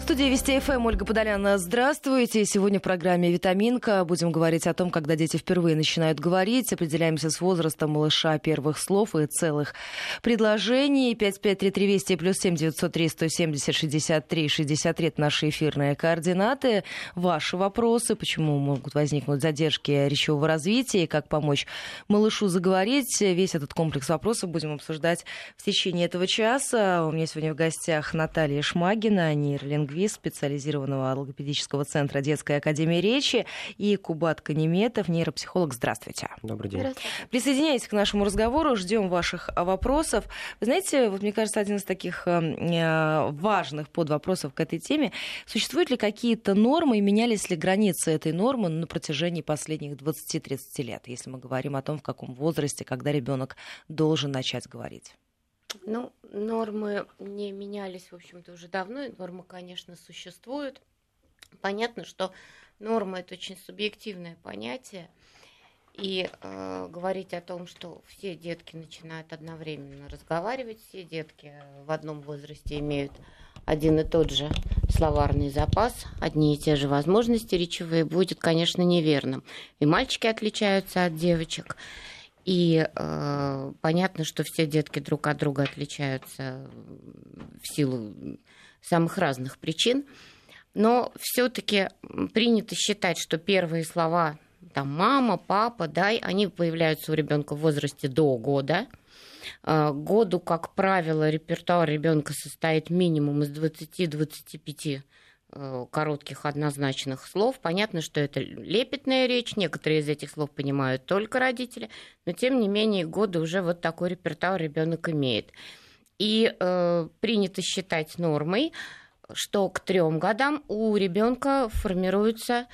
студии Вести ФМ Ольга Подоляна. Здравствуйте. Сегодня в программе «Витаминка» будем говорить о том, когда дети впервые начинают говорить. Определяемся с возрастом малыша первых слов и целых предложений. 5533 Вести плюс 7 903 170 63 63 это наши эфирные координаты. Ваши вопросы, почему могут возникнуть задержки речевого развития и как помочь малышу заговорить. Весь этот комплекс вопросов будем обсуждать в течение этого часа. У меня сегодня в гостях Наталья Шмагина, нейролингвист специализированного логопедического центра Детской академии речи, и Кубат Каниметов, нейропсихолог. Здравствуйте. Добрый день. Присоединяйтесь к нашему разговору, ждем ваших вопросов. Вы знаете, вот мне кажется, один из таких важных подвопросов к этой теме: существуют ли какие-то нормы и менялись ли границы этой нормы на протяжении последних 20-30 лет, если мы говорим о том, в каком возрасте, когда ребенок должен начать говорить? Ну, нормы не менялись, в общем-то, уже давно, и нормы, конечно, существуют. Понятно, что норма — это очень субъективное понятие, и говорить о том, что все детки начинают одновременно разговаривать, все детки в одном возрасте имеют один и тот же словарный запас, одни и те же возможности речевые, будет, конечно, неверным. И мальчики отличаются от девочек. И понятно, что все детки друг от друга отличаются в силу самых разных причин, но все-таки принято считать, что первые слова там мама, папа, дай, они появляются у ребенка в возрасте до года. Году, как правило, репертуар ребенка состоит минимум из 20-25 коротких однозначных слов. Понятно, что это лепетная речь, некоторые из этих слов понимают только родители, но тем не менее годы уже вот такой репертуар ребенок имеет. И принято считать нормой, что к 3 годам у ребенка формируются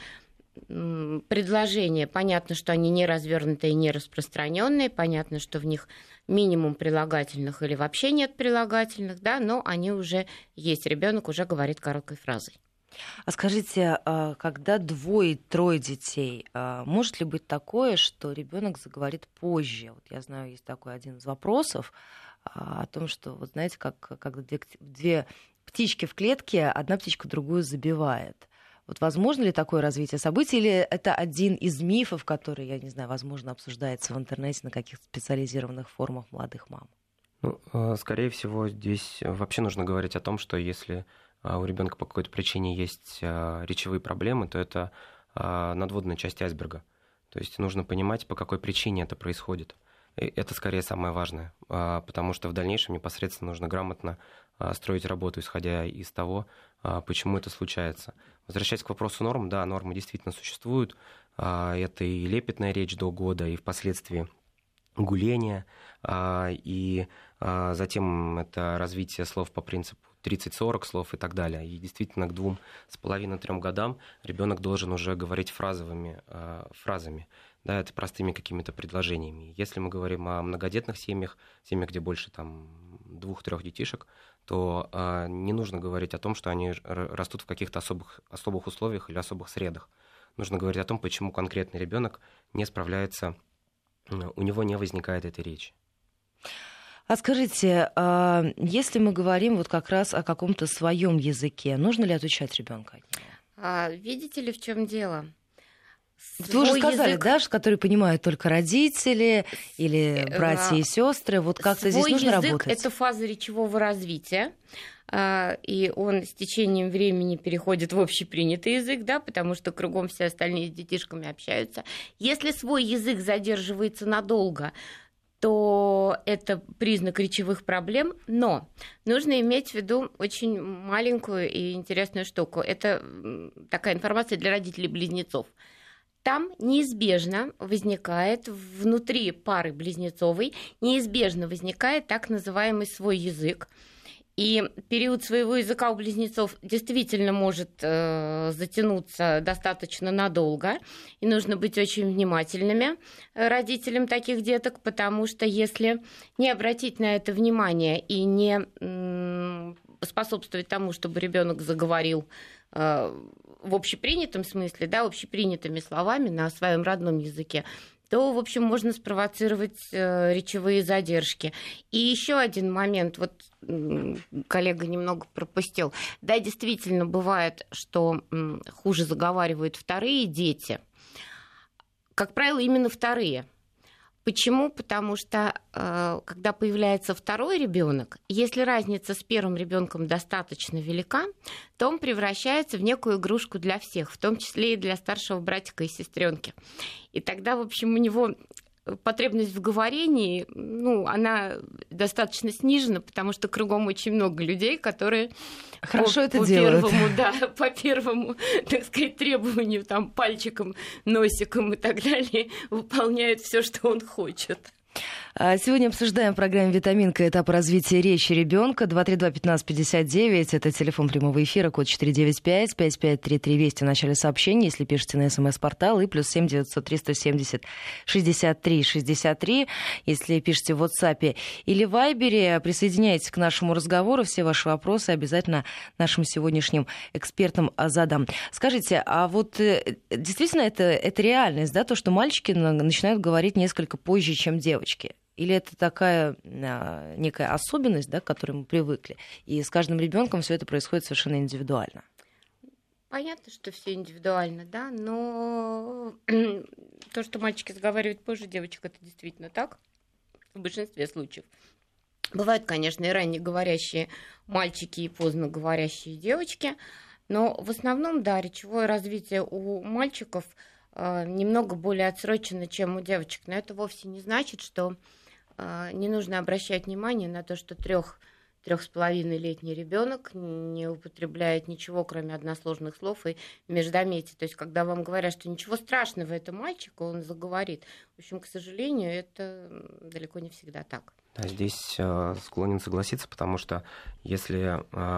предложения. Понятно, что они не развернутые и не распространенные, понятно, что в них минимум прилагательных или вообще нет прилагательных, да, но они уже есть. Ребенок уже говорит короткой фразой. А скажите, когда 2-3 детей, может ли быть такое, что ребенок заговорит позже? Вот я знаю, есть такой один из вопросов о том, что, вот знаете, когда две птички в клетке, одна птичка другую забивает. Вот возможно ли такое развитие событий, или это один из мифов, который, я не знаю, возможно, обсуждается в интернете на каких-то специализированных форумах молодых мам? Ну, скорее всего, здесь вообще нужно говорить о том, что если у ребенка по какой-то причине есть речевые проблемы, то это надводная часть айсберга. То есть нужно понимать, по какой причине это происходит. И это скорее самое важное, потому что в дальнейшем непосредственно нужно грамотно строить работу, исходя из того, почему это случается. Возвращаясь к вопросу норм, да, нормы действительно существуют. Это и лепетная речь до года, и впоследствии гуление, и затем это развитие слов по принципу 30-40 слов и так далее. И действительно к 2,5-3 годам ребенок должен уже говорить фразами, да, это простыми какими-то предложениями. Если мы говорим о многодетных семьях, где больше 2-3 детишек, то не нужно говорить о том, что они растут в каких-то особых условиях или особых средах. Нужно говорить о том, почему конкретный ребенок не справляется, у него не возникает этой речи. А скажите, если мы говорим вот как раз о каком-то своем языке, нужно ли отучать ребенка от него? Видите ли, в чем дело? Вы уже сказали, да, который понимают только родители или братья и сестры. Вот как-то здесь нужно работать. Это фаза речевого развития, и он с течением времени переходит в общепринятый язык, да, потому что кругом все остальные с детишками общаются. Если свой язык задерживается надолго, то это признак речевых проблем, но нужно иметь в виду очень маленькую и интересную штуку. Это такая информация для родителей-близнецов. Там неизбежно возникает внутри пары близнецовой, неизбежно возникает так называемый свой язык. И период своего языка у близнецов действительно может затянуться достаточно надолго. И нужно быть очень внимательными родителям таких деток, потому что если не обратить на это внимание и не способствовать тому, чтобы ребенок заговорил в общепринятом смысле, да, общепринятыми словами на своем родном языке, то, в общем, можно спровоцировать речевые задержки. И еще один момент, вот коллега немного пропустил. Да, действительно, бывает, что хуже заговаривают вторые дети. Как правило, именно вторые. Почему? Потому что когда появляется второй ребенок, если разница с первым ребенком достаточно велика, то он превращается в некую игрушку для всех, в том числе и для старшего братика и сестренки. И тогда, в общем, у него потребность в говорении, она достаточно снижена, потому что кругом очень много людей, которые хорошо это делают. По первому, так сказать, требованию, там, пальчиком, носиком и так далее, выполняют все, что он хочет. Сегодня обсуждаем в программе «Витаминка» этап развития речи ребенка. 232-1559, это телефон прямого эфира, код 495, 5533 Вести в начале сообщения, если пишете на СМС-портал, и +7 903 170 63 63, если пишете в WhatsApp или Вайбере. Присоединяйтесь к нашему разговору, все ваши вопросы обязательно нашим сегодняшним экспертам задам. Скажите, а вот действительно это реальность, да, то, что мальчики начинают говорить несколько позже, чем девочки? Или это такая некая особенность, да, к которой мы привыкли, и с каждым ребенком все это происходит совершенно индивидуально? Понятно, что все индивидуально, да, но то, что мальчики разговаривают позже девочек, это действительно так в большинстве случаев. Бывают, конечно, и ранне говорящие мальчики, и поздно говорящие девочки, но в основном, да, речевое развитие у мальчиков немного более отсрочено, чем у девочек. Но это вовсе не значит, что не нужно обращать внимание на то, что 3,5-летний ребенок не употребляет ничего, кроме односложных слов и междометий. То есть, когда вам говорят, что ничего страшного, это мальчик, он заговорит. В общем, к сожалению, это далеко не всегда так. Да, здесь склонен согласиться, потому что если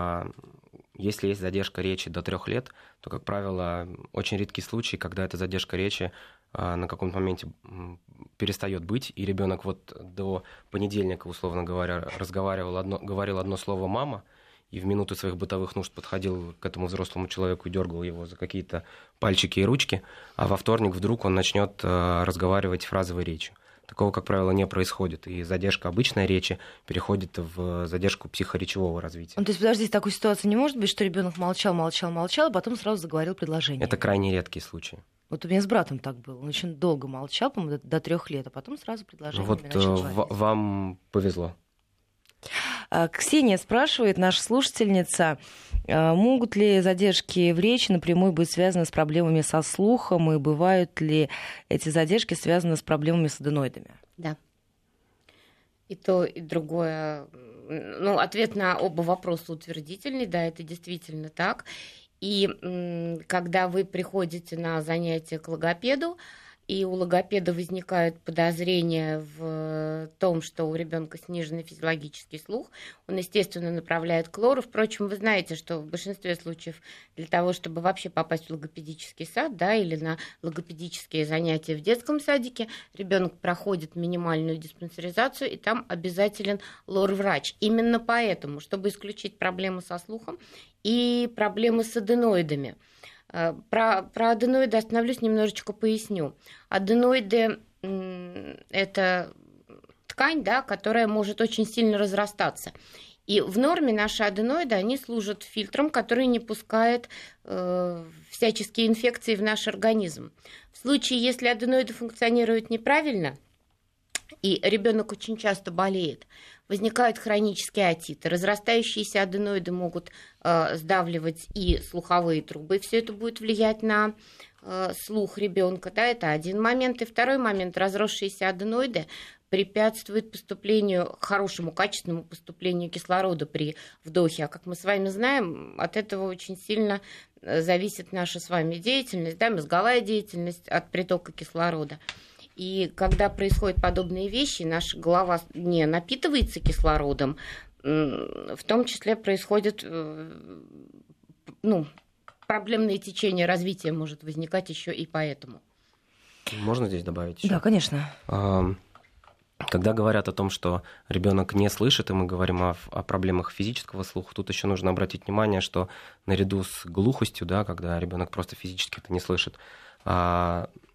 есть задержка речи до 3 лет, то, как правило, очень редкий случай, когда эта задержка речи на каком-то моменте перестает быть, и ребенок вот до понедельника, условно говоря, говорил одно слово «мама», и в минуты своих бытовых нужд подходил к этому взрослому человеку и дергал его за какие-то пальчики и ручки, а во вторник вдруг он начнет разговаривать фразовой речью. Такого, как правило, не происходит, и задержка обычной речи переходит в задержку психоречевого развития. То есть, подождите, такой ситуации не может быть, что ребенок молчал, а потом сразу заговорил предложение? Это крайне редкий случай. Вот у меня с братом так было. Он очень долго молчал, по-моему, до 3 лет, а потом сразу предложение. Вот вам повезло. Ксения спрашивает, наша слушательница, могут ли задержки в речи напрямую быть связаны с проблемами со слухом, и бывают ли эти задержки связаны с проблемами с аденоидами? Да. И то, и другое. Ответ на оба вопроса утвердительный, да, это действительно так. И когда вы приходите на занятия к логопеду, и у логопеда возникают подозрения в том, что у ребенка сниженный физиологический слух, он, естественно, направляет к лору. Впрочем, вы знаете, что в большинстве случаев для того, чтобы вообще попасть в логопедический сад, да, или на логопедические занятия в детском садике, ребенок проходит минимальную диспансеризацию, и там обязателен лор-врач. Именно поэтому, чтобы исключить проблемы со слухом и проблемы с аденоидами. Про аденоиды остановлюсь, немножечко поясню. Аденоиды – это ткань, да, которая может очень сильно разрастаться. И в норме наши аденоиды, они служат фильтром, который не пускает всяческие инфекции в наш организм. В случае, если аденоиды функционируют неправильно, и ребенок очень часто болеет, возникают хронические отиты, разрастающиеся аденоиды могут сдавливать и слуховые трубы, все это будет влиять на слух ребенка, да, это один момент. И второй момент, разросшиеся аденоиды препятствуют поступлению, хорошему, качественному поступлению кислорода при вдохе. А как мы с вами знаем, от этого очень сильно зависит наша с вами деятельность, да, мозговая деятельность от притока кислорода. И когда происходят подобные вещи, наша голова не напитывается кислородом, в том числе происходит, проблемное течение развития может возникать еще и поэтому. Можно здесь добавить еще? Да, конечно. Когда говорят о том, что ребенок не слышит, и мы говорим о проблемах физического слуха, тут еще нужно обратить внимание, что наряду с глухостью, да, когда ребенок просто физически это не слышит,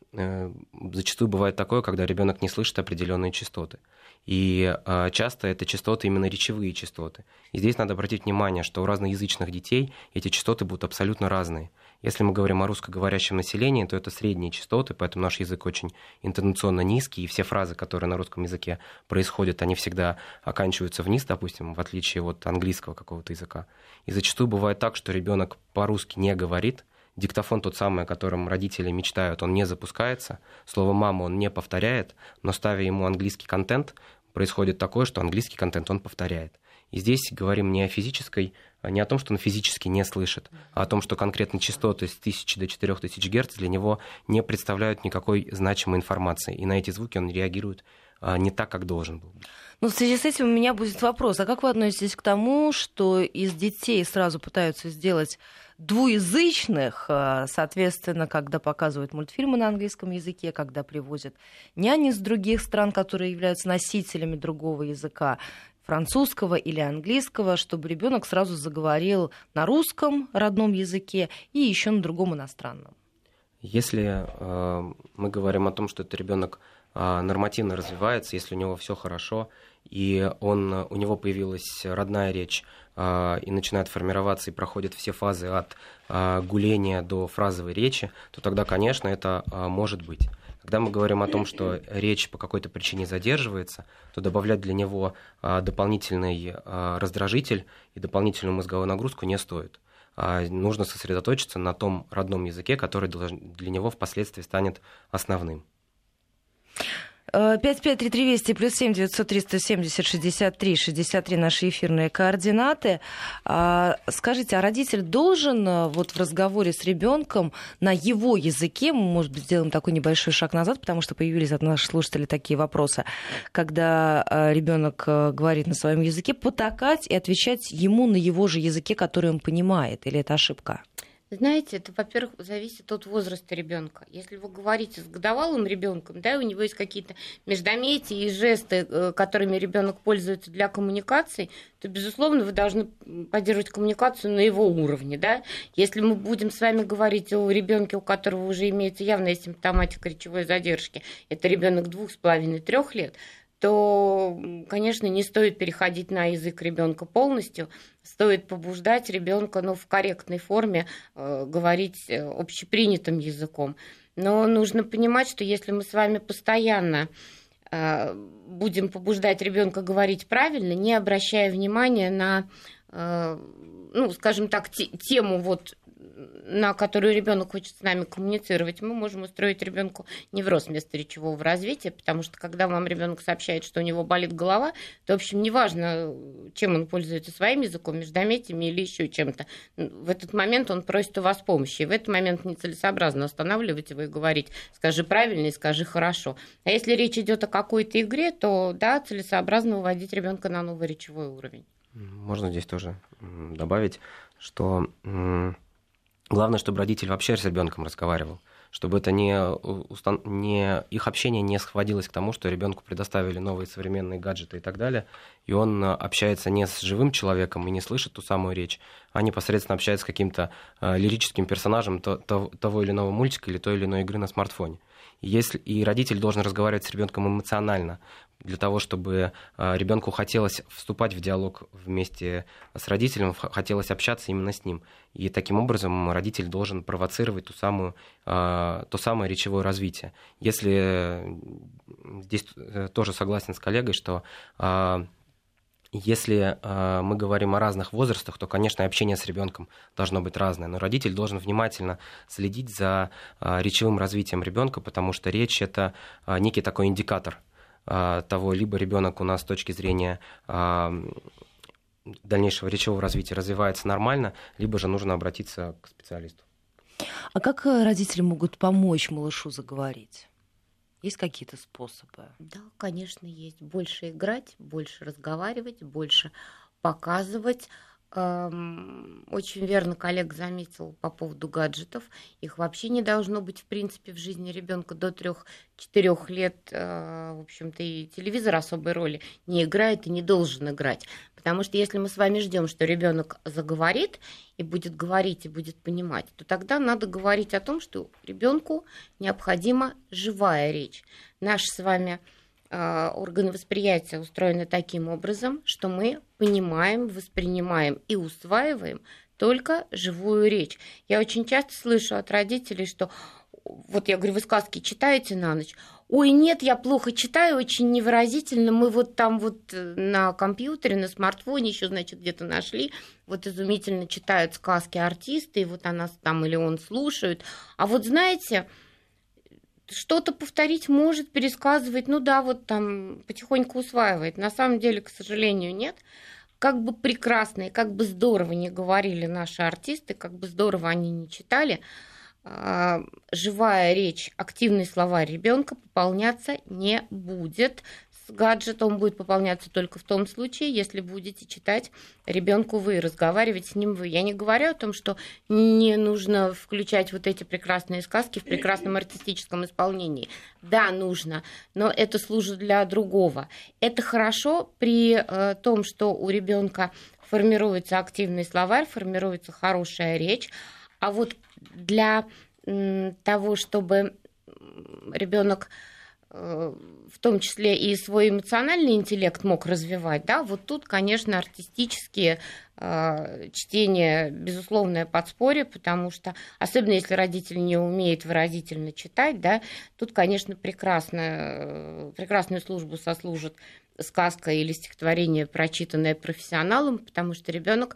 зачастую бывает такое, когда ребенок не слышит определенные частоты. И часто это частоты именно речевые частоты. И здесь надо обратить внимание, что у разноязычных детей эти частоты будут абсолютно разные. Если мы говорим о русскоговорящем населении, то это средние частоты, поэтому наш язык очень интонационно низкий, и все фразы, которые на русском языке происходят, они всегда оканчиваются вниз, допустим, в отличие от английского какого-то языка. И зачастую бывает так, что ребенок по-русски не говорит, диктофон тот самый, о котором родители мечтают, он не запускается, слово «мама» он не повторяет, но ставя ему английский контент, происходит такое, что английский контент он повторяет. И здесь говорим не о физической, не о том, что он физически не слышит, а о том, что конкретные частоты с 1000 до 4000 Гц для него не представляют никакой значимой информации. И на эти звуки он реагирует не так, как должен был. Ну, в связи с этим у меня будет вопрос. А как вы относитесь к тому, что из детей сразу пытаются сделать двуязычных, соответственно, когда показывают мультфильмы на английском языке, когда привозят нянь из других стран, которые являются носителями другого языка, французского или английского, чтобы ребенок сразу заговорил на русском родном языке и еще на другом иностранном? Если мы говорим о том, что этот ребенок нормативно развивается, если у него все хорошо, и у него появилась родная речь, и начинает формироваться и проходит все фазы от гуления до фразовой речи, то тогда, конечно, это может быть. Когда мы говорим о том, что речь по какой-то причине задерживается, то добавлять для него дополнительный раздражитель и дополнительную мозговую нагрузку не стоит. Нужно сосредоточиться на том родном языке, который для него впоследствии станет основным. 553320 плюс 7 903 170 63 63 наши эфирные координаты. Скажите, а родитель должен вот в разговоре с ребенком на его языке, мы, может быть, сделаем такой небольшой шаг назад, потому что появились от наших слушателей такие вопросы, когда ребенок говорит на своем языке, потакать и отвечать ему на его же языке, который он понимает, или это ошибка? Знаете, это, во-первых, зависит от возраста ребенка. Если вы говорите с годовалым ребенком, да, у него есть какие-то междометия и жесты, которыми ребенок пользуется для коммуникации, то, безусловно, вы должны поддерживать коммуникацию на его уровне, да. Если мы будем с вами говорить о ребенке, у которого уже имеется явная симптоматика речевой задержки, это ребенок 2,5-3 лет, то, конечно, не стоит переходить на язык ребенка полностью, стоит побуждать ребенка, в корректной форме говорить общепринятым языком. Но нужно понимать, что если мы с вами постоянно будем побуждать ребенка говорить правильно, не обращая внимания на, скажем так, тему на которую ребенок хочет с нами коммуницировать, мы можем устроить ребенку невроз вместо речевого развития, потому что когда вам ребенок сообщает, что у него болит голова, то, в общем, неважно, чем он пользуется, своим языком, междометиями или еще чем-то. В этот момент он просит у вас помощи. И в этот момент нецелесообразно останавливать его и говорить: скажи правильно и скажи хорошо. А если речь идет о какой-то игре, то да, целесообразно выводить ребенка на новый речевой уровень. Можно здесь тоже добавить, что главное, чтобы родитель вообще с ребенком разговаривал, чтобы это их общение не сходилось к тому, что ребенку предоставили новые современные гаджеты и так далее, и он общается не с живым человеком и не слышит ту самую речь, а непосредственно общается с каким-то лирическим персонажем того или иного мультика или той или иной игры на смартфоне. И родитель должен разговаривать с ребенком эмоционально, для того, чтобы ребенку хотелось вступать в диалог вместе с родителем, хотелось общаться именно с ним. И таким образом родитель должен провоцировать то самое речевое развитие. Если здесь тоже согласен с коллегой, что если мы говорим о разных возрастах, то, конечно, общение с ребенком должно быть разное. Но родитель должен внимательно следить за речевым развитием ребенка, потому что речь — это некий такой индикатор того, либо ребенок у нас с точки зрения дальнейшего речевого развития развивается нормально, либо же нужно обратиться к специалисту. А как родители могут помочь малышу заговорить? Есть какие-то способы? Да, конечно, есть. Больше играть, больше разговаривать, больше показывать. Очень верно коллега заметил по поводу гаджетов. Их вообще не должно быть, в принципе, в жизни ребенка до 3-4 лет. В общем-то, и телевизор особой роли не играет и не должен играть. Потому что если мы с вами ждем, что ребенок заговорит и будет говорить, и будет понимать, то тогда надо говорить о том, что ребенку необходима живая речь. Наши с вами органы восприятия устроены таким образом, что мы понимаем, воспринимаем и усваиваем только живую речь. Я очень часто слышу от родителей, что вот я говорю, вы сказки читаете на ночь? Ой, нет, я плохо читаю, очень невыразительно. Мы вот там вот на компьютере, на смартфоне еще, значит, где-то нашли. Вот изумительно читают сказки артисты, и вот она там или он слушают. А вот знаете, что-то повторить может, пересказывать, ну да, вот там потихоньку усваивает. На самом деле, к сожалению, нет. Как бы прекрасно и как бы здорово не говорили наши артисты, как бы здорово они не читали, живая речь, активный словарь ребенка пополняться не будет. С гаджетом он будет пополняться только в том случае, если будете читать ребенку вы, разговаривать с ним вы. Я не говорю о том, что не нужно включать вот эти прекрасные сказки в прекрасном артистическом исполнении. Да, нужно, но это служит для другого. Это хорошо при том, что у ребенка формируется активный словарь, формируется хорошая речь, а вот для того, чтобы ребенок в том числе и свой эмоциональный интеллект мог развивать, да, вот тут, конечно, артистические чтения, безусловное подспорье, потому что, особенно если родитель не умеет выразительно читать, да, тут, конечно, прекрасную службу сослужит сказка или стихотворение, прочитанное профессионалом, потому что ребенок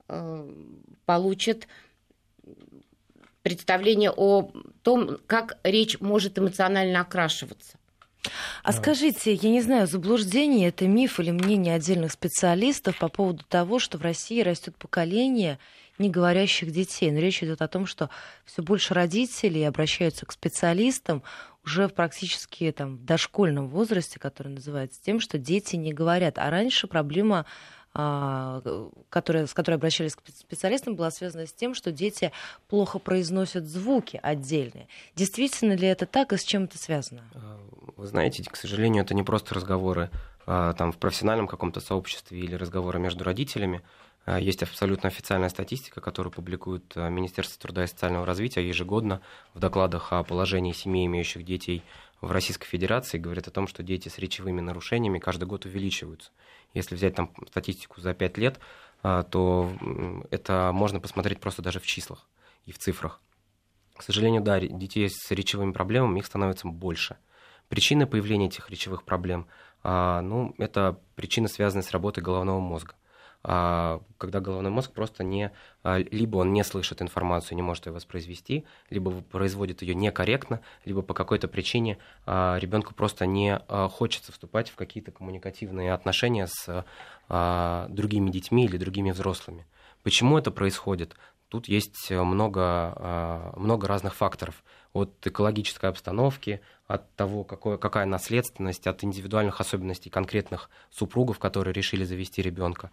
получит представление о том, как речь может эмоционально окрашиваться. А скажите, я не знаю, заблуждение это миф или мнение отдельных специалистов по поводу того, что в России растет поколение неговорящих детей. Но речь идет о том, что все больше родителей обращаются к специалистам уже практически там, в дошкольном возрасте, который называется тем, что дети не говорят. А раньше проблема, с которой обращались к специалистам, была связана с тем, что дети плохо произносят звуки отдельные. Действительно ли это так и с чем это связано? Вы знаете, к сожалению, это не просто разговоры там, в профессиональном каком-то сообществе или разговоры между родителями. Есть абсолютно официальная статистика, которую публикует Министерство труда и социального развития ежегодно в докладах о положении семей, имеющих детей в Российской Федерации, говорит о том, что дети с речевыми нарушениями каждый год увеличиваются. Если взять там статистику за 5 лет, то это можно посмотреть просто даже в числах и в цифрах. К сожалению, да, детей с речевыми проблемами их становится больше. Причины появления этих речевых проблем, это причины, связанные с работой головного мозга. Когда головной мозг просто либо он не слышит информацию, не может ее воспроизвести, либо производит ее некорректно, либо по какой-то причине ребенку просто не хочется вступать в какие-то коммуникативные отношения с другими детьми или другими взрослыми. Почему это происходит? Тут есть много разных факторов. От экологической обстановки, от того, какая наследственность, от индивидуальных особенностей конкретных супругов, которые решили завести ребенка,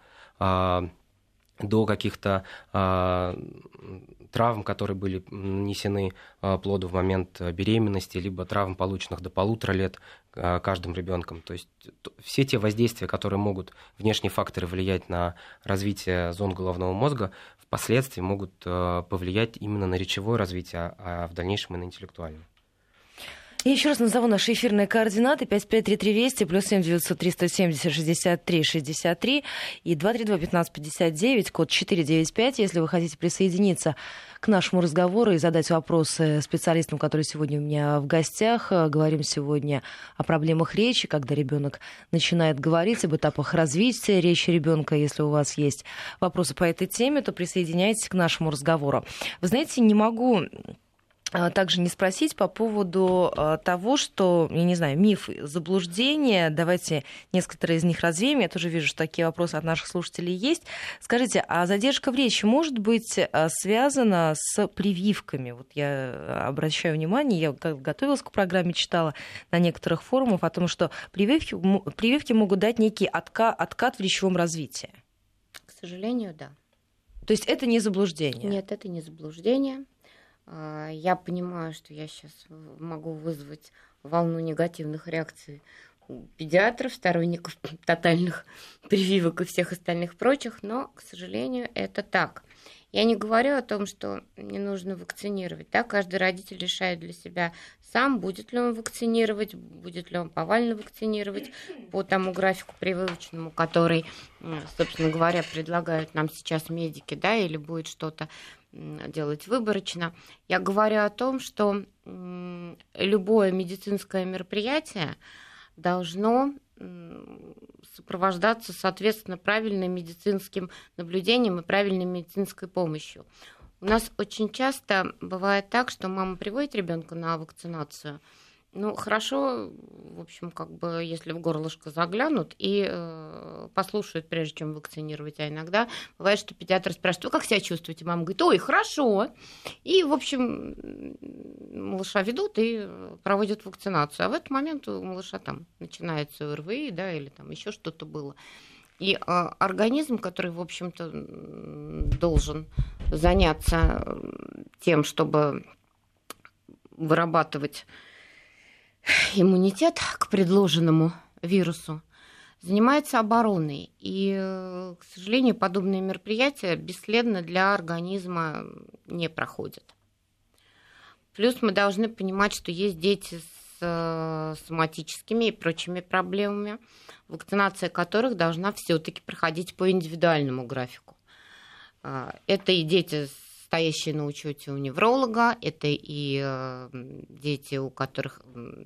до каких-то травм, которые были нанесены плоду в момент беременности, либо травм, полученных до 1,5 лет каждым ребенком. То есть все те воздействия, которые могут, внешние факторы, влиять на развитие зон головного мозга, впоследствии могут повлиять именно на речевое развитие, а в дальнейшем и на интеллектуальное. Я еще раз назову наши эфирные координаты. 553320, +7 900 370 63 63 и 232-1559, код 495. Если вы хотите присоединиться к нашему разговору и задать вопросы специалистам, которые сегодня у меня в гостях. Говорим сегодня о проблемах речи, когда ребенок начинает говорить, об этапах развития речи ребенка. Если у вас есть вопросы по этой теме, то присоединяйтесь к нашему разговору. Вы знаете, не могу также не спросить по поводу того, что, я не знаю, миф, заблуждения. Давайте некоторые из них развеем. Я тоже вижу, что такие вопросы от наших слушателей есть. Скажите, а задержка в речи может быть связана с прививками? Вот я обращаю внимание, я готовилась к программе, читала на некоторых форумах о том, что прививки могут дать некий откат в речевом развитии. К сожалению, да. То есть это не заблуждение? Нет, это не заблуждение. Я понимаю, что я сейчас могу вызвать волну негативных реакций у педиатров, сторонников тотальных прививок и всех остальных прочих, но, к сожалению, это так. Я не говорю о том, что не нужно вакцинировать. Да? Каждый родитель решает для себя сам, будет ли он вакцинировать, будет ли он повально вакцинировать по тому графику прививочному, который, собственно говоря, предлагают нам сейчас медики, да, или будет что-то делать выборочно. Я говорю о том, что любое медицинское мероприятие должно сопровождаться, соответственно, правильным медицинским наблюдением и правильной медицинской помощью. У нас очень часто бывает так, что мама приводит ребенка на вакцинацию. Ну, хорошо, в общем, как бы, если в горлышко заглянут и послушают, прежде чем вакцинировать. А иногда бывает, что педиатр спрашивает: вы как себя чувствуете? Мама говорит: ой, хорошо. И, в общем, малыша ведут и проводят вакцинацию. А в этот момент у малыша там начинается ОРВИ, да, или там еще что-то было. И организм, который, в общем-то, должен заняться тем, чтобы вырабатывать иммунитет к предложенному вирусу, занимается обороной. И, к сожалению, подобные мероприятия бесследно для организма не проходят. Плюс мы должны понимать, что есть дети с соматическими и прочими проблемами, вакцинация которых должна все-таки проходить по индивидуальному графику. Это и дети, стоящие на учете у невролога, это и дети, у которых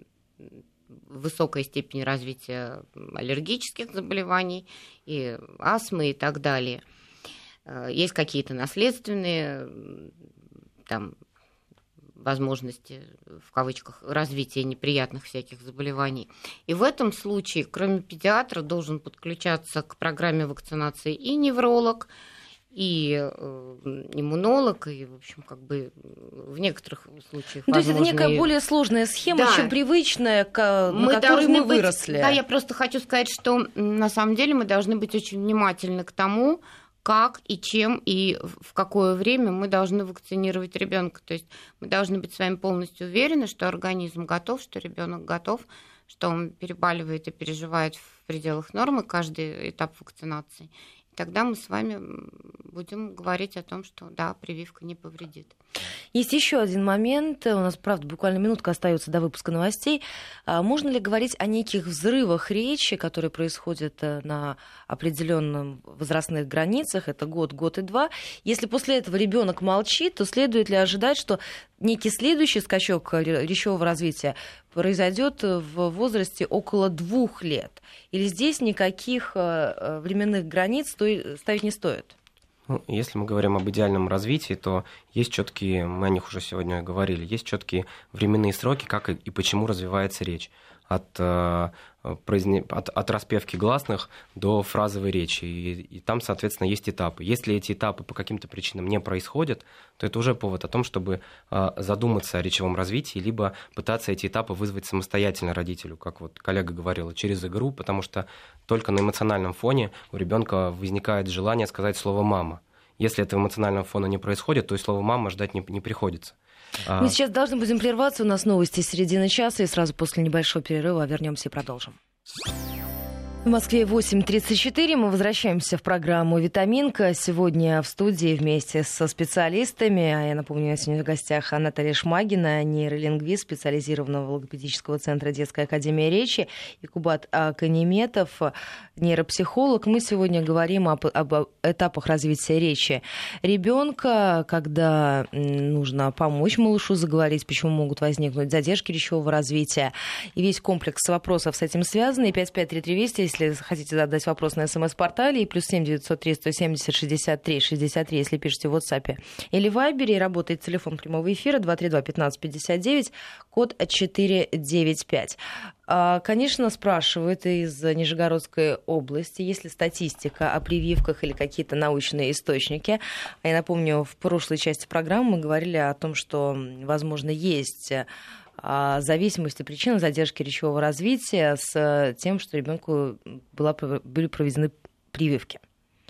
высокая степень развития аллергических заболеваний, и астмы и так далее. Есть какие-то наследственные там возможности, в кавычках, развития неприятных всяких заболеваний. И в этом случае, кроме педиатра, должен подключаться к программе вакцинации и невролог, и иммунолог, и, в общем, как бы в некоторых случаях... То есть это некая более сложная схема, да, чем привычная, на которой мы выросли. Да, я просто хочу сказать, что на самом деле мы должны быть очень внимательны к тому, как и чем и в какое время мы должны вакцинировать ребенка. То есть мы должны быть с вами полностью уверены, что организм готов, что ребенок готов, что он перебаливает и переживает в пределах нормы каждый этап вакцинации. Тогда мы с вами будем говорить о том, что да, прививка не повредит. Есть еще один момент. У нас, правда, буквально минутка остается до выпуска новостей. Можно ли говорить о неких взрывах речи, которые происходят на определенных возрастных границах? Это год и два. Если после этого ребенок молчит, то следует ли ожидать, что некий следующий скачок речевого развития произойдет в возрасте около 2 лет? Или здесь никаких временных границ ставить не стоит? Ну, если мы говорим об идеальном развитии, то есть четкие, мы о них уже сегодня говорили, есть четкие временные сроки, как и почему развивается речь. От распевки гласных до фразовой речи. И там, соответственно, есть этапы. Если эти этапы по каким-то причинам не происходят, то это уже повод о том, чтобы задуматься о речевом развитии, либо пытаться эти этапы вызвать самостоятельно родителю, как вот коллега говорила, через игру, потому что только на эмоциональном фоне у ребенка возникает желание сказать слово «мама». Если этого эмоционального фона не происходит, то и слово «мама» ждать не приходится. Мы сейчас должны будем прерваться. У нас новости середины часа, и сразу после небольшого перерыва вернемся и продолжим. В Москве 8:34. Мы возвращаемся в программу «Витаминка». Сегодня в студии вместе со специалистами. А я напомню, сегодня в гостях Наталья Шмагина, нейролингвист специализированного логопедического центра Детской академии речи, и Кубат Канеметов, нейропсихолог. Мы сегодня говорим об этапах развития речи ребенка, когда нужно помочь малышу заговорить, почему могут возникнуть задержки речевого развития. И весь комплекс вопросов с этим связан. И 553320, если хотите задать вопрос на СМС-портале, и +7 903 170 63 63, если пишете в WhatsApp или Viber, и работает телефон прямого эфира 232 15 59, код 495. Конечно, спрашивают из Нижегородской области, есть ли статистика о прививках или какие-то научные источники. Я напомню, в прошлой части программы мы говорили о том, что, возможно, есть зависимость и причина задержки речевого развития с тем, что ребенку были проведены прививки.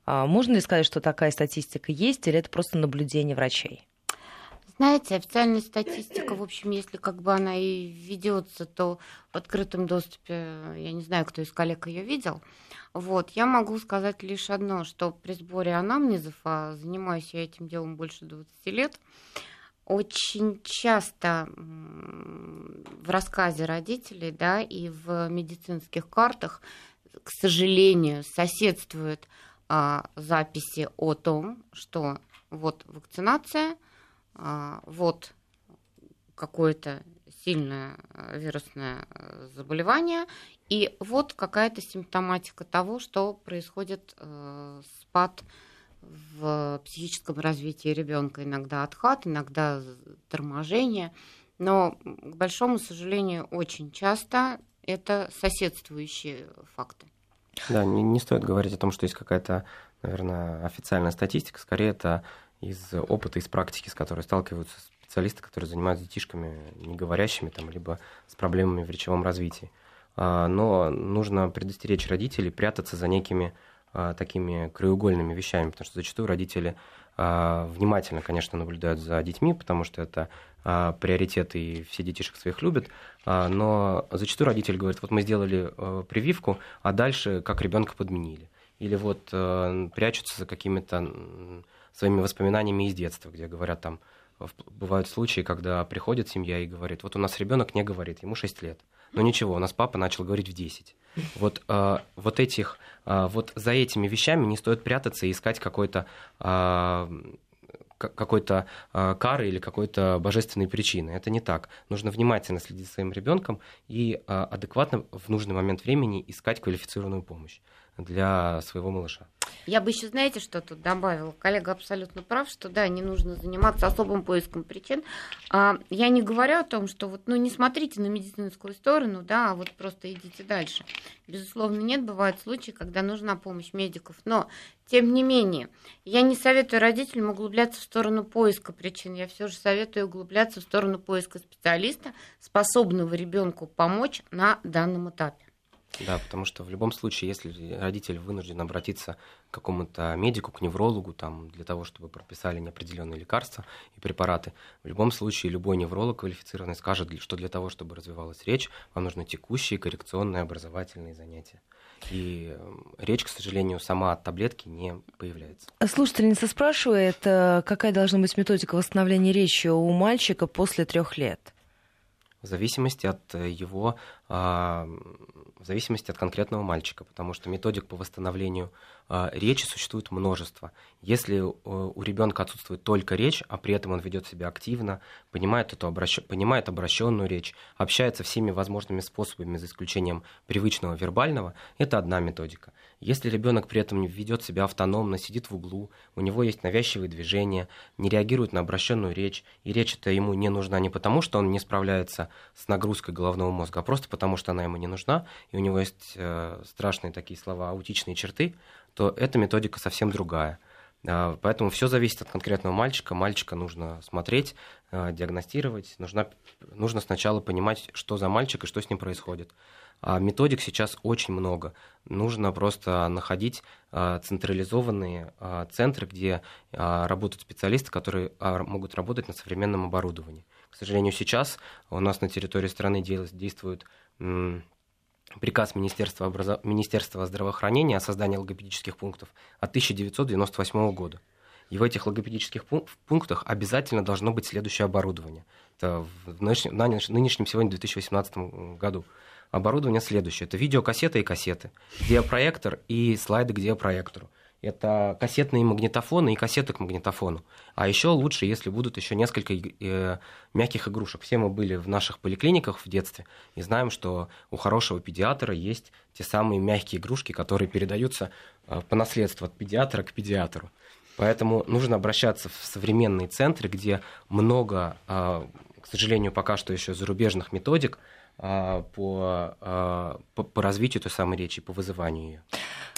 Можно ли сказать, что такая статистика есть, или это просто наблюдение врачей? Знаете, официальная статистика, в общем, если как бы она и ведется, то в открытом доступе, я не знаю, кто из коллег ее видел. Вот, я могу сказать лишь одно, что при сборе анамнезов, а занимаюсь я этим делом больше 20 лет, очень часто в рассказе родителей, да, и в медицинских картах, к сожалению, соседствуют записи о том, что вот вакцинация, вот какое-то сильное вирусное заболевание, и вот какая-то симптоматика того, что происходит спад в психическом развитии ребенка. Иногда откат, иногда торможение. Но, к большому сожалению, очень часто это соседствующие факты. Да, не стоит говорить о том, что есть какая-то, наверное, официальная статистика. Скорее, это из опыта, из практики, с которой сталкиваются специалисты, которые занимаются детишками не говорящими, там, либо с проблемами в речевом развитии. Но нужно предостеречь родителей прятаться за некими такими краеугольными вещами, потому что зачастую родители внимательно, конечно, наблюдают за детьми, потому что это приоритет, и все детишек своих любят, но зачастую родитель говорит, вот мы сделали прививку, а дальше как ребенка подменили. Или вот прячутся за какими-то своими воспоминаниями из детства, где говорят там, бывают случаи, когда приходит семья и говорит, вот у нас ребенок не говорит, ему 6 лет. Но ничего, у нас папа начал говорить в 10. Вот за этими вещами не стоит прятаться и искать какой-то кары или какой-то божественной причины. Это не так. Нужно внимательно следить за своим ребенком и адекватно в нужный момент времени искать квалифицированную помощь для своего малыша. Я бы еще, знаете, что тут добавила? Коллега абсолютно прав, что да, не нужно заниматься особым поиском причин. Я не говорю о том, что вот, не смотрите на медицинскую сторону, да, а вот просто идите дальше. Безусловно, нет, бывают случаи, когда нужна помощь медиков, но тем не менее, я не советую родителям углубляться в сторону поиска причин, я все же советую углубляться в сторону поиска специалиста, способного ребенку помочь на данном этапе. Да, потому что в любом случае, если родитель вынужден обратиться к какому-то медику, к неврологу, там, для того, чтобы прописали неопределенные лекарства и препараты, в любом случае любой невролог квалифицированный скажет, что для того, чтобы развивалась речь, вам нужны текущие коррекционные образовательные занятия. И речь, к сожалению, сама от таблетки не появляется. Слушательница спрашивает, какая должна быть методика восстановления речи у мальчика после 3 лет? В зависимости от конкретного мальчика, потому что методик по восстановлению речи существует множество. Если у ребенка отсутствует только речь, а при этом он ведет себя активно, понимает обращенную речь, общается всеми возможными способами, за исключением привычного вербального, это одна методика. Если ребенок при этом ведет себя автономно, сидит в углу, у него есть навязчивые движения, не реагирует на обращенную речь, и речь-то ему не нужна не потому, что он не справляется с нагрузкой головного мозга, а просто потому, что она ему не нужна, и у него есть страшные такие слова, аутичные черты, то эта методика совсем другая. Поэтому все зависит от конкретного мальчика. Мальчика нужно смотреть, диагностировать. Нужно сначала понимать, что за мальчик и что с ним происходит. Методик сейчас очень много. Нужно просто находить централизованные центры, где работают специалисты, которые могут работать на современном оборудовании. К сожалению, сейчас у нас на территории страны действует приказ Министерства здравоохранения о создании логопедических пунктов от 1998 года. И в этих логопедических пунктах обязательно должно быть следующее оборудование. Это в нынешнем сегодня 2018 году. Оборудование следующее. Это видеокассеты и кассеты, диапроектор и слайды к диапроектору. Это кассетные магнитофоны и кассеты к магнитофону. А еще лучше, если будут еще несколько мягких игрушек. Все мы были в наших поликлиниках в детстве и знаем, что у хорошего педиатра есть те самые мягкие игрушки, которые передаются по наследству от педиатра к педиатру. Поэтому нужно обращаться в современные центры, где много, к сожалению, пока что еще зарубежных методик по развитию той самой речи, по вызыванию ее.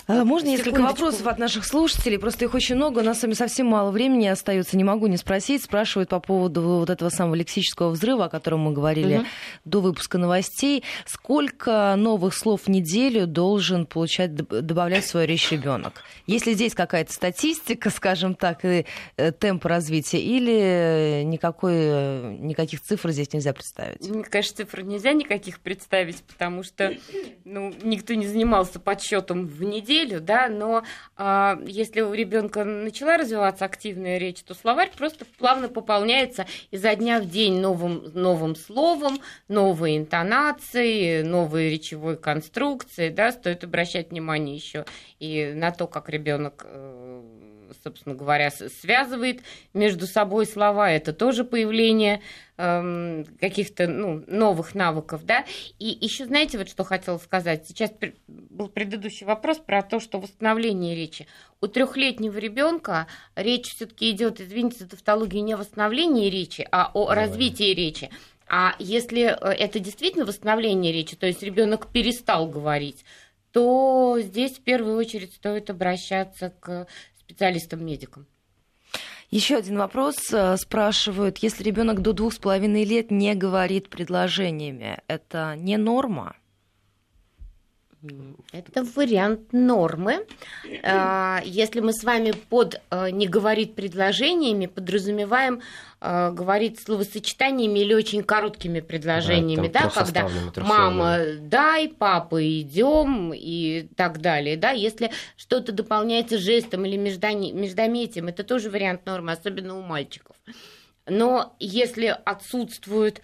Можно несколько вопросов от наших слушателей? Просто их очень много, у нас с вами совсем мало времени остается. Не могу не спросить. Спрашивают по поводу вот этого самого лексического взрыва, о котором мы говорили до выпуска новостей. Сколько новых слов в неделю должен добавлять в свою речь ребенок? Есть ли здесь какая-то статистика, скажем так, и темп развития, или никаких цифр здесь нельзя представить? Мне кажется, цифр нельзя никаких представить, потому что никто не занимался подсчетом в неделю, да, но если у ребенка начала развиваться активная речь, то словарь просто плавно пополняется изо дня в день новым словом, новой интонацией, новой речевой конструкцией, да, стоит обращать внимание еще и на то, как ребенок, собственно говоря, связывает между собой слова, это тоже появление каких-то новых навыков, да. И еще, знаете, вот что хотела сказать. Сейчас был предыдущий вопрос про то, что восстановление речи. У 3-летнего ребенка речь все-таки идет, извините за тавтологию, не о восстановлении речи, а о развитии речи. А если это действительно восстановление речи, то есть ребенок перестал говорить, то здесь в первую очередь стоит обращаться к специалистам-медикам. Еще один вопрос. Спрашивают, если ребенок до 2,5 лет не говорит предложениями, это не норма? Это вариант нормы. Если мы с вами под «не говорит предложениями» подразумеваем говорить словосочетаниями или очень короткими предложениями, да, когда «мама, дай», «папа, идем» и так далее. Да? Если что-то дополняется жестом или междометием, это тоже вариант нормы, особенно у мальчиков. Но если отсутствуют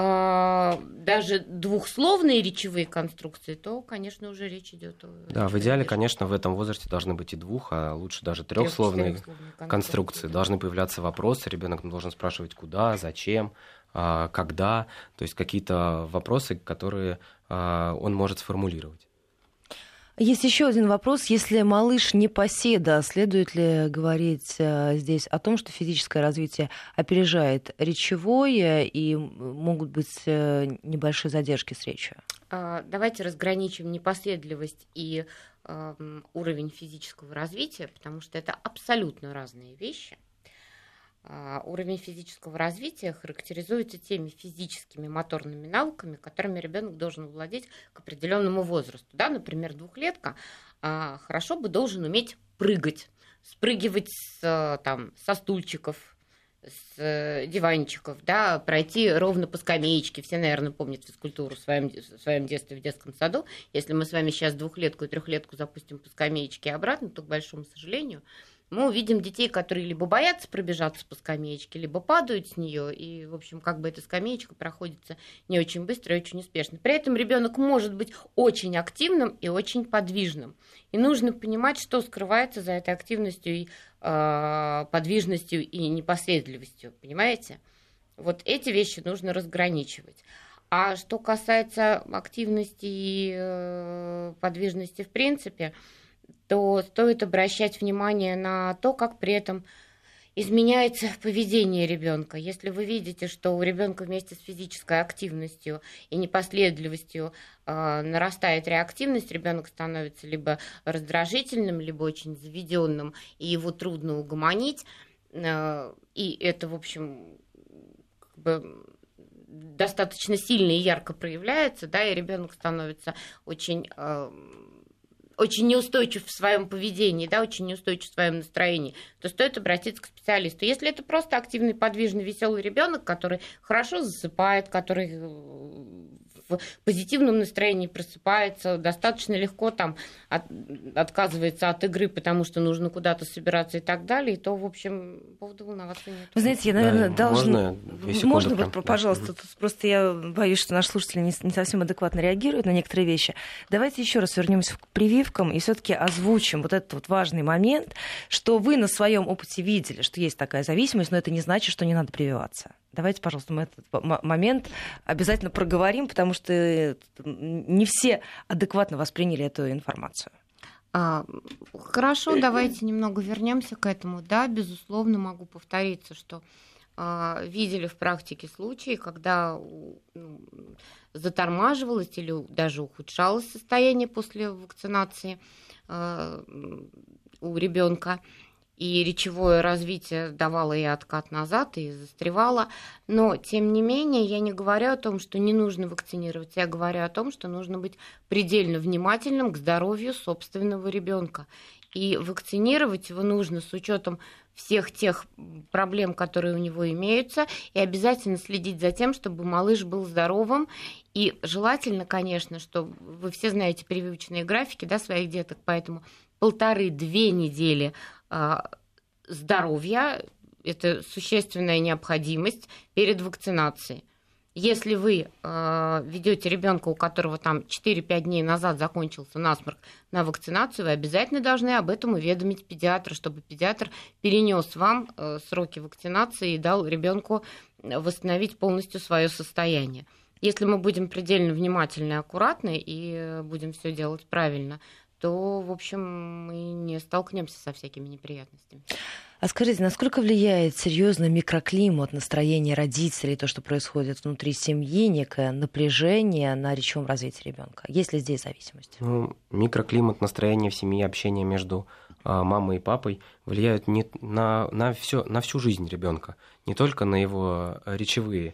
даже двухсловные речевые конструкции, то, конечно, уже речь идет о... Да, в идеале, конечно, в этом возрасте должны быть и а лучше даже трехсловные конструкции. Должны появляться вопросы, ребенок должен спрашивать, куда, зачем, когда, то есть какие-то вопросы, которые он может сформулировать. Есть еще один вопрос. Если малыш непоседа, следует ли говорить здесь о том, что физическое развитие опережает речевое и могут быть небольшие задержки с речью? Давайте разграничим непоседливость и уровень физического развития, потому что это абсолютно разные вещи. Уровень физического развития характеризуется теми физическими моторными навыками, которыми ребенок должен владеть к определенному возрасту. Да? Например, 2-летка хорошо бы должен уметь прыгать, спрыгивать со стульчиков, с диванчиков, да, пройти ровно по скамеечке. Все, наверное, помнят физкультуру в своем детстве в детском саду. Если мы с вами сейчас 2-летку и 3-летку запустим по скамеечке и обратно, то, к большому сожалению, мы увидим детей, которые либо боятся пробежаться по скамеечке, либо падают с нее, и, в общем, как бы эта скамеечка проходится не очень быстро и очень успешно. При этом ребенок может быть очень активным и очень подвижным. И нужно понимать, что скрывается за этой активностью и подвижностью и непоследовательностью, понимаете? Вот эти вещи нужно разграничивать. А что касается активности и подвижности в принципе, то стоит обращать внимание на то, как при этом изменяется поведение ребенка. Если вы видите, что у ребенка вместе с физической активностью и непоследовательностью нарастает реактивность, ребенок становится либо раздражительным, либо очень заведенным, и его трудно угомонить. И это, в общем, достаточно сильно и ярко проявляется, да, и ребенок становится очень неустойчив в своем поведении, да, очень неустойчив в своем настроении, то стоит обратиться к специалисту. Если это просто активный, подвижный, веселый ребенок, который хорошо засыпает, который в позитивном настроении просыпается, достаточно легко там отказывается от игры, потому что нужно куда-то собираться и так далее, то, в общем, повода волноваться нет. Вы знаете, я, наверное, должна... Можно, пожалуйста, тут просто я боюсь, что наши слушатели не совсем адекватно реагируют на некоторые вещи. Давайте еще раз вернемся к прививкам и все-таки озвучим вот этот вот важный момент, что вы на своем опыте видели, что есть такая зависимость, но это не значит, что не надо прививаться. Давайте, пожалуйста, мы этот момент обязательно проговорим, потому что не все адекватно восприняли эту информацию. Хорошо, давайте немного вернемся к этому. Да, безусловно, могу повториться, что видели в практике случаи, когда затормаживалось или даже ухудшалось состояние после вакцинации у ребенка, и речевое развитие давало и откат назад, и застревало. Но, тем не менее, я не говорю о том, что не нужно вакцинироваться, я говорю о том, что нужно быть предельно внимательным к здоровью собственного ребенка. И вакцинировать его нужно с учетом всех тех проблем, которые у него имеются, и обязательно следить за тем, чтобы малыш был здоровым. И желательно, конечно, что вы все знаете прививочные графики, да, своих деток, поэтому 1,5-2 недели здоровья – это существенная необходимость перед вакцинацией. Если вы ведете ребенка, у которого там 4-5 дней назад закончился насморк, на вакцинацию, вы обязательно должны об этом уведомить педиатра, чтобы педиатр перенес вам сроки вакцинации и дал ребенку восстановить полностью свое состояние. Если мы будем предельно внимательны и аккуратны и будем все делать правильно, то, в общем, мы не столкнемся со всякими неприятностями. А скажите, насколько влияет серьезно микроклимат, настроение родителей, то, что происходит внутри семьи, некое напряжение на речевом развитии ребенка? Есть ли здесь зависимость? Микроклимат, настроение в семье, общение между мамой и папой влияют на всю жизнь ребенка, не только на его речевые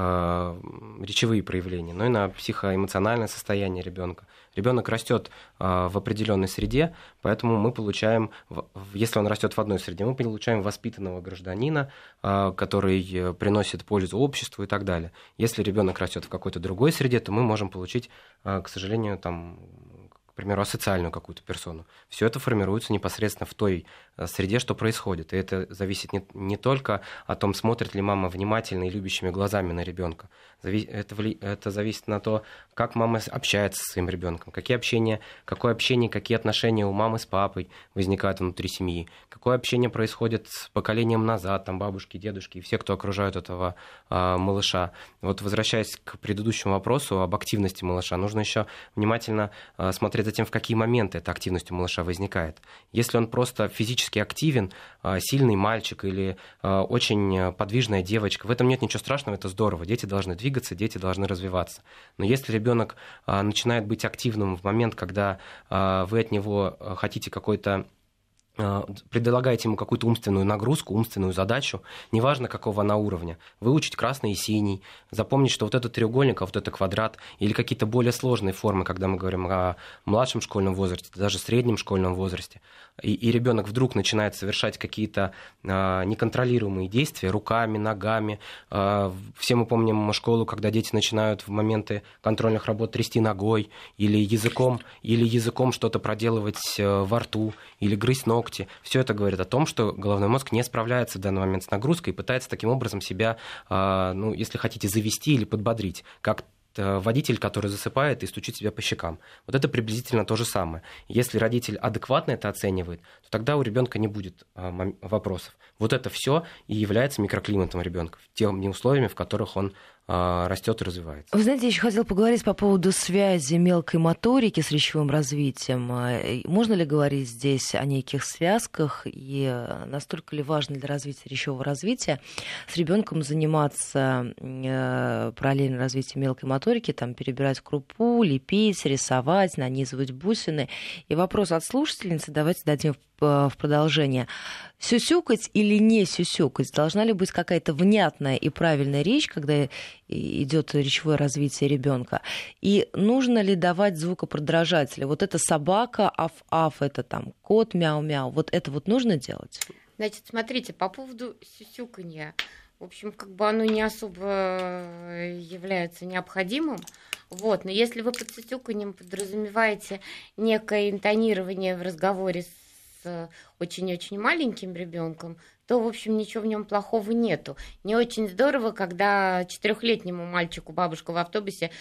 проявления, но и на психоэмоциональное состояние ребенка. Ребенок растет в определенной среде, поэтому мы получаем, если он растет в одной среде, мы получаем воспитанного гражданина, который приносит пользу обществу и так далее. Если ребенок растет в какой-то другой среде, то мы можем получить, к сожалению, к примеру, асоциальную какую-то персону. Все это формируется непосредственно в той среде, что происходит. И это зависит не только от том, смотрит ли мама внимательно и любящими глазами на ребенка. Это зависит на то, как мама общается со своим ребенком, какое общение, какие отношения у мамы с папой возникают внутри семьи, какое общение происходит с поколением назад, там бабушки, дедушки и все, кто окружают этого малыша. Вот возвращаясь к предыдущему вопросу об активности малыша, нужно еще внимательно смотреть за тем, в какие моменты эта активность у малыша возникает. Если он просто физически активен, сильный мальчик или очень подвижная девочка, в этом нет ничего страшного, это здорово. Дети должны двигаться, дети должны развиваться. Но если ребенок начинает быть активным в момент, когда вы от него хотите предлагаете ему какую-то умственную нагрузку, умственную задачу, неважно какого она уровня, выучить красный и синий, запомнить, что вот это треугольник, а вот это квадрат, или какие-то более сложные формы, когда мы говорим о младшем школьном возрасте, даже среднем школьном возрасте, и ребенок вдруг начинает совершать какие-то неконтролируемые действия руками, ногами. Все мы помним школу, когда дети начинают в моменты контрольных работ трясти ногой или языком что-то проделывать во рту, или грызть ногти. Все это говорит о том, что головной мозг не справляется в данный момент с нагрузкой и пытается таким образом себя, если хотите, завести или подбодрить, как водитель, который засыпает и стучит себя по щекам. Вот это приблизительно то же самое. Если родитель адекватно это оценивает, то тогда у ребенка не будет вопросов. Вот это все и является микроклиматом ребенка, теми условиями, в которых он растет и развивается. Вы знаете, я еще хотела поговорить по поводу связи мелкой моторики с речевым развитием. Можно ли говорить здесь о неких связках и настолько ли важно для развития речевого развития с ребенком заниматься параллельно развитию мелкой моторики, там, перебирать крупу, лепить, рисовать, нанизывать бусины? И вопрос от слушательницы давайте дадим в продолжение. Сюсюкать или не сюсюкать? Должна ли быть какая-то внятная и правильная речь, когда идет речевое развитие ребенка? И нужно ли давать звукопродражатели? Вот это собака, аф-аф, это там кот, мяу-мяу. Вот это вот нужно делать? Значит, смотрите, по поводу сюсюканья. В общем, оно не особо является необходимым. Вот. Но если вы под сюсюканьем подразумеваете некое интонирование в разговоре с очень-очень маленьким ребенком, то, в общем, ничего в нем плохого нету. Не очень здорово, когда 4-летнему мальчику бабушка в автобусе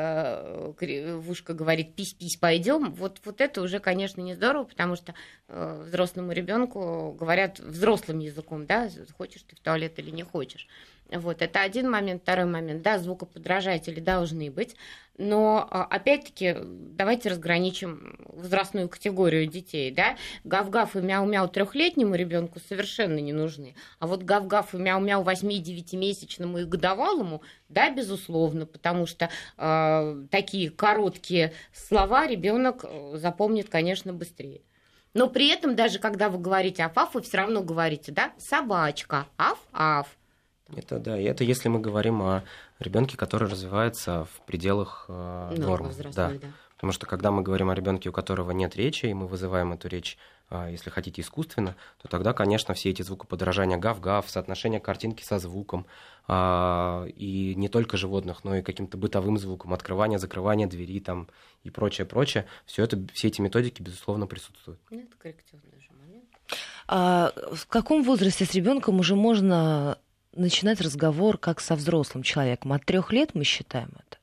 в ушко говорит: пись-пись, пойдем. Вот это уже, конечно, не здорово, потому что взрослому ребенку говорят взрослым языком, да, хочешь ты в туалет или не хочешь. Вот, это один момент. Второй момент, да, звукоподражатели должны быть, но, опять-таки, давайте разграничим возрастную категорию детей, да. Гав-гав и мяу-мяу 3-летнему ребенку совершенно не нужны, а вот гав-гав и мяу-мяу 8-9-месячному и годовалому, да, безусловно, потому что такие короткие слова ребенок запомнит, конечно, быстрее. Но при этом, даже когда вы говорите аф-аф, вы все равно говорите, да, собачка, аф-аф. Это да, и это если мы говорим о ребенке, который развивается в пределах нормы. Да. Потому что когда мы говорим о ребенке, у которого нет речи, и мы вызываем эту речь, если хотите, искусственно, то тогда, конечно, все эти звукоподражания гав-гав, соотношение картинки со звуком, и не только животных, но и каким-то бытовым звуком, открывание, закрывание двери там, и прочее, все эти методики, безусловно, присутствуют. Это коррективный же момент. А в каком возрасте с ребенком уже можно начинать разговор как со взрослым человеком? От 3 лет мы считаем это?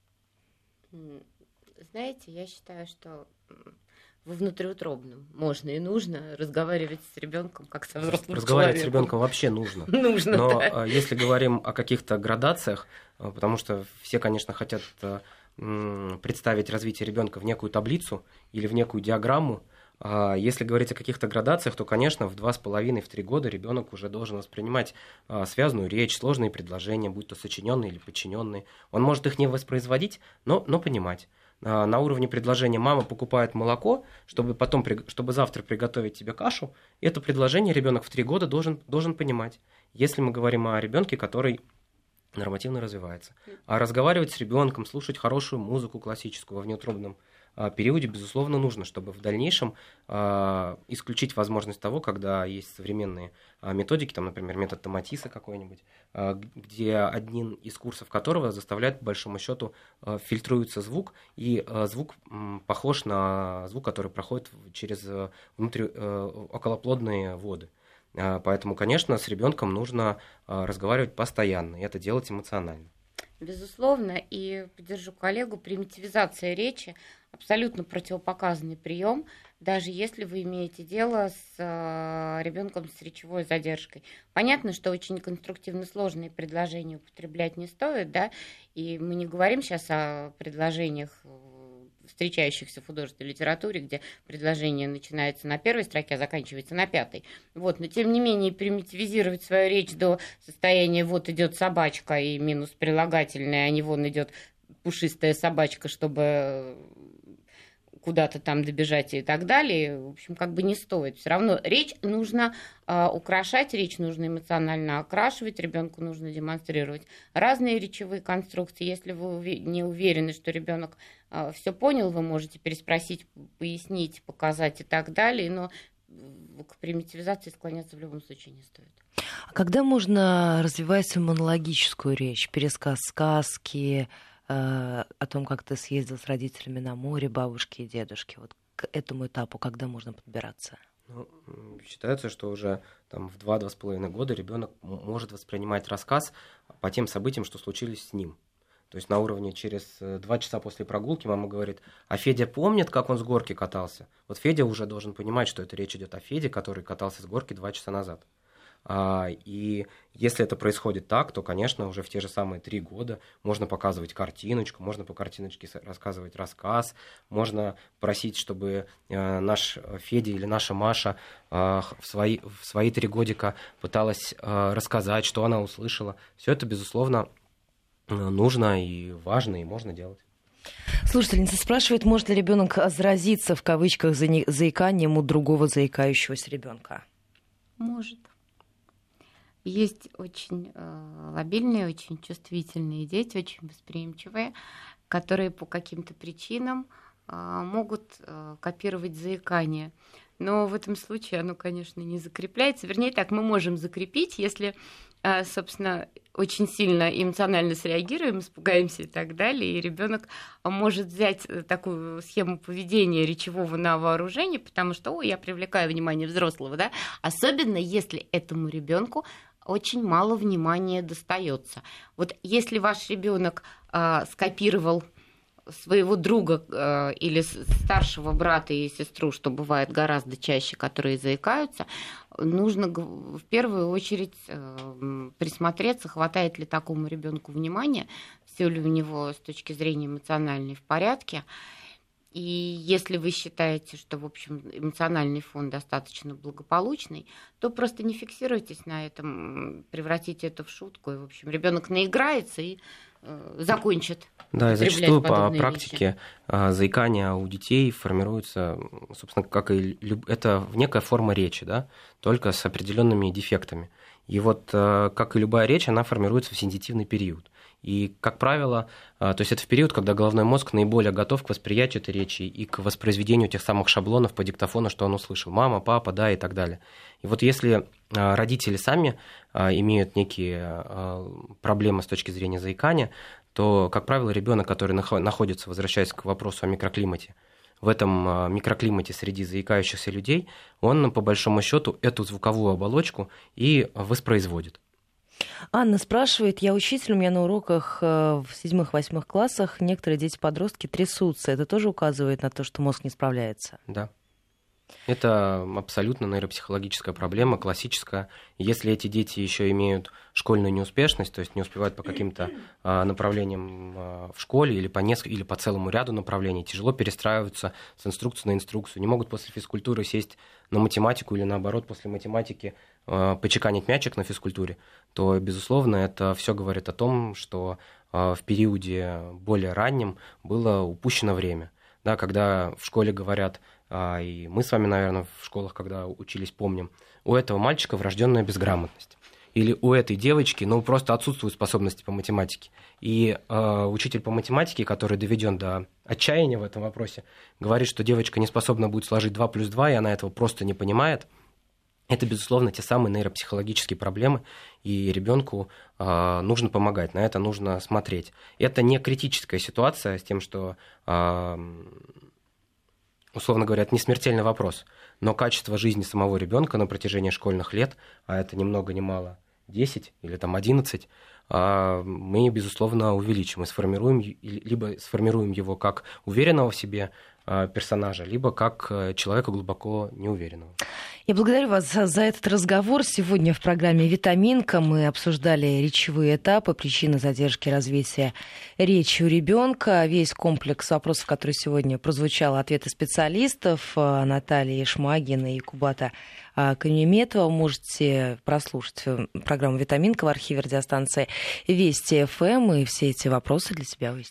Знаете, я считаю, что во внутриутробном можно и нужно разговаривать с ребенком как со взрослым человеком. Разговаривать с ребенком вообще нужно. Нужно, но да. Если говорим о каких-то градациях, потому что все, конечно, хотят представить развитие ребенка в некую таблицу или в некую диаграмму. Если говорить о каких-то градациях, то, конечно, в 2,5-3 года ребенок уже должен воспринимать связанную речь, сложные предложения, будь то сочиненные или подчиненные. Он может их не воспроизводить, но понимать. На уровне предложения «мама покупает молоко, чтобы завтра приготовить тебе кашу», это предложение ребенок в 3 года должен понимать. Если мы говорим о ребенке, который нормативно развивается. А разговаривать с ребенком, слушать хорошую музыку классическую во внеутробном периоде, безусловно, нужно, чтобы в дальнейшем исключить возможность того, когда есть современные методики, там, например, метод Томатиса какой-нибудь, где один из курсов которого заставляет, по большому счету, фильтруется звук, и звук похож на звук, который проходит через околоплодные воды. Поэтому, конечно, с ребенком нужно разговаривать постоянно, и это делать эмоционально. Безусловно, и поддержу коллегу, примитивизация речи абсолютно противопоказанный прием, даже если вы имеете дело с ребенком с речевой задержкой. Понятно, что очень конструктивно сложные предложения употреблять не стоит, да, и мы не говорим сейчас о предложениях, встречающихся в художественной литературе, где предложение начинается на 1 строке, а заканчивается на 5. Вот, но тем не менее примитивизировать свою речь до состояния «вот идет собачка» и минус прилагательное, а не «вон идет пушистая собачка», чтобы куда-то там добежать и так далее, в общем, как бы не стоит. Все равно речь нужно украшать, речь нужно эмоционально окрашивать, ребенку нужно демонстрировать разные речевые конструкции. Если вы не уверены, что ребенок все понял, вы можете переспросить, пояснить, показать и так далее, но к примитивизации склоняться в любом случае не стоит. А когда можно развивать свою монологическую речь, пересказ сказки, о том, как ты съездил с родителями на море, бабушки и дедушки? Вот к этому этапу когда можно подбираться? Считается, что уже там, в 2-2,5 года ребенок может воспринимать рассказ по тем событиям, что случились с ним. То есть на уровне через 2 часа после прогулки мама говорит: а Федя помнит, как он с горки катался? Вот Федя уже должен понимать, что это речь идет о Феде, который катался с горки 2 часа назад. И если это происходит так, то, конечно, уже в те же самые 3 года можно показывать картиночку, можно по картиночке рассказывать рассказ, можно просить, чтобы наш Федя или наша Маша в свои 3 годика пыталась рассказать, что она услышала. Все это, безусловно, нужно и важно, и можно делать. Слушательница спрашивает, может ли ребенок заразиться, в кавычках, заиканием у другого заикающегося ребенка? Может. Есть очень лобильные, очень чувствительные дети, очень восприимчивые, которые по каким-то причинам могут копировать заикание. Но в этом случае оно, конечно, не закрепляется. Вернее, так, мы можем закрепить, если, собственно, очень сильно эмоционально среагируем, испугаемся и так далее, и ребенок может взять такую схему поведения речевого на вооружение, потому что, я привлекаю внимание взрослого, да, особенно если этому ребенку очень мало внимания достается. Вот если ваш ребенок скопировал своего друга или старшего брата и сестру, что бывает гораздо чаще, которые заикаются, нужно в первую очередь присмотреться, хватает ли такому ребенку внимания, все ли у него с точки зрения эмоциональной в порядке. И если вы считаете, что, в общем, эмоциональный фон достаточно благополучный, то просто не фиксируйтесь на этом, превратите это в шутку. И, в общем, ребенок наиграется и закончит. Да, и зачастую по практике заикание у детей формируется, собственно, как и это некая форма речи, да, только с определенными дефектами. И вот, как и любая речь, она формируется в сенситивный период. И, как правило, то есть это в период, когда головной мозг наиболее готов к восприятию этой речи и к воспроизведению тех самых шаблонов по диктофону, что он услышал. Мама, папа, да, и так далее. И вот если родители сами имеют некие проблемы с точки зрения заикания, то, как правило, ребенок, который находится, возвращаясь к вопросу о микроклимате, в этом микроклимате среди заикающихся людей, он, по большому счету, эту звуковую оболочку и воспроизводит. Анна спрашивает, я учитель, у меня на уроках в 7-8 классах некоторые дети-подростки трясутся. Это тоже указывает на то, что мозг не справляется? Да. Это абсолютно нейропсихологическая проблема, классическая. Если эти дети еще имеют школьную неуспешность, то есть не успевают по каким-то направлениям в школе или по целому ряду направлений, тяжело перестраиваются с инструкции на инструкцию, не могут после физкультуры сесть на математику или наоборот после математики почеканить мячик на физкультуре, то, безусловно, это все говорит о том, что в периоде более раннем было упущено время. Да, когда в школе говорят, и мы с вами, наверное, в школах, когда учились, помним, у этого мальчика врожденная безграмотность. Или у этой девочки, просто отсутствуют способности по математике. И учитель по математике, который доведен до отчаяния в этом вопросе, говорит, что девочка не способна будет сложить 2 плюс 2, и она этого просто не понимает. Это, безусловно, те самые нейропсихологические проблемы, и ребенку нужно помогать, на это нужно смотреть. Это не критическая ситуация с тем, что, условно говоря, это не смертельный вопрос, но качество жизни самого ребенка на протяжении школьных лет, а это ни много ни мало 10 или 11, мы, безусловно, увеличим и либо сформируем его как уверенного в себе персонажа, либо как человека глубоко неуверенного. Я благодарю вас за этот разговор. Сегодня в программе «Витаминка» мы обсуждали речевые этапы, причины задержки развития речи у ребенка, весь комплекс вопросов, который сегодня прозвучал, ответы специалистов Натальи Шмагиной и Кубата Канюметова. Можете прослушать программу «Витаминка» в архиве радиостанции Вести ФМ и все эти вопросы для себя выяснить.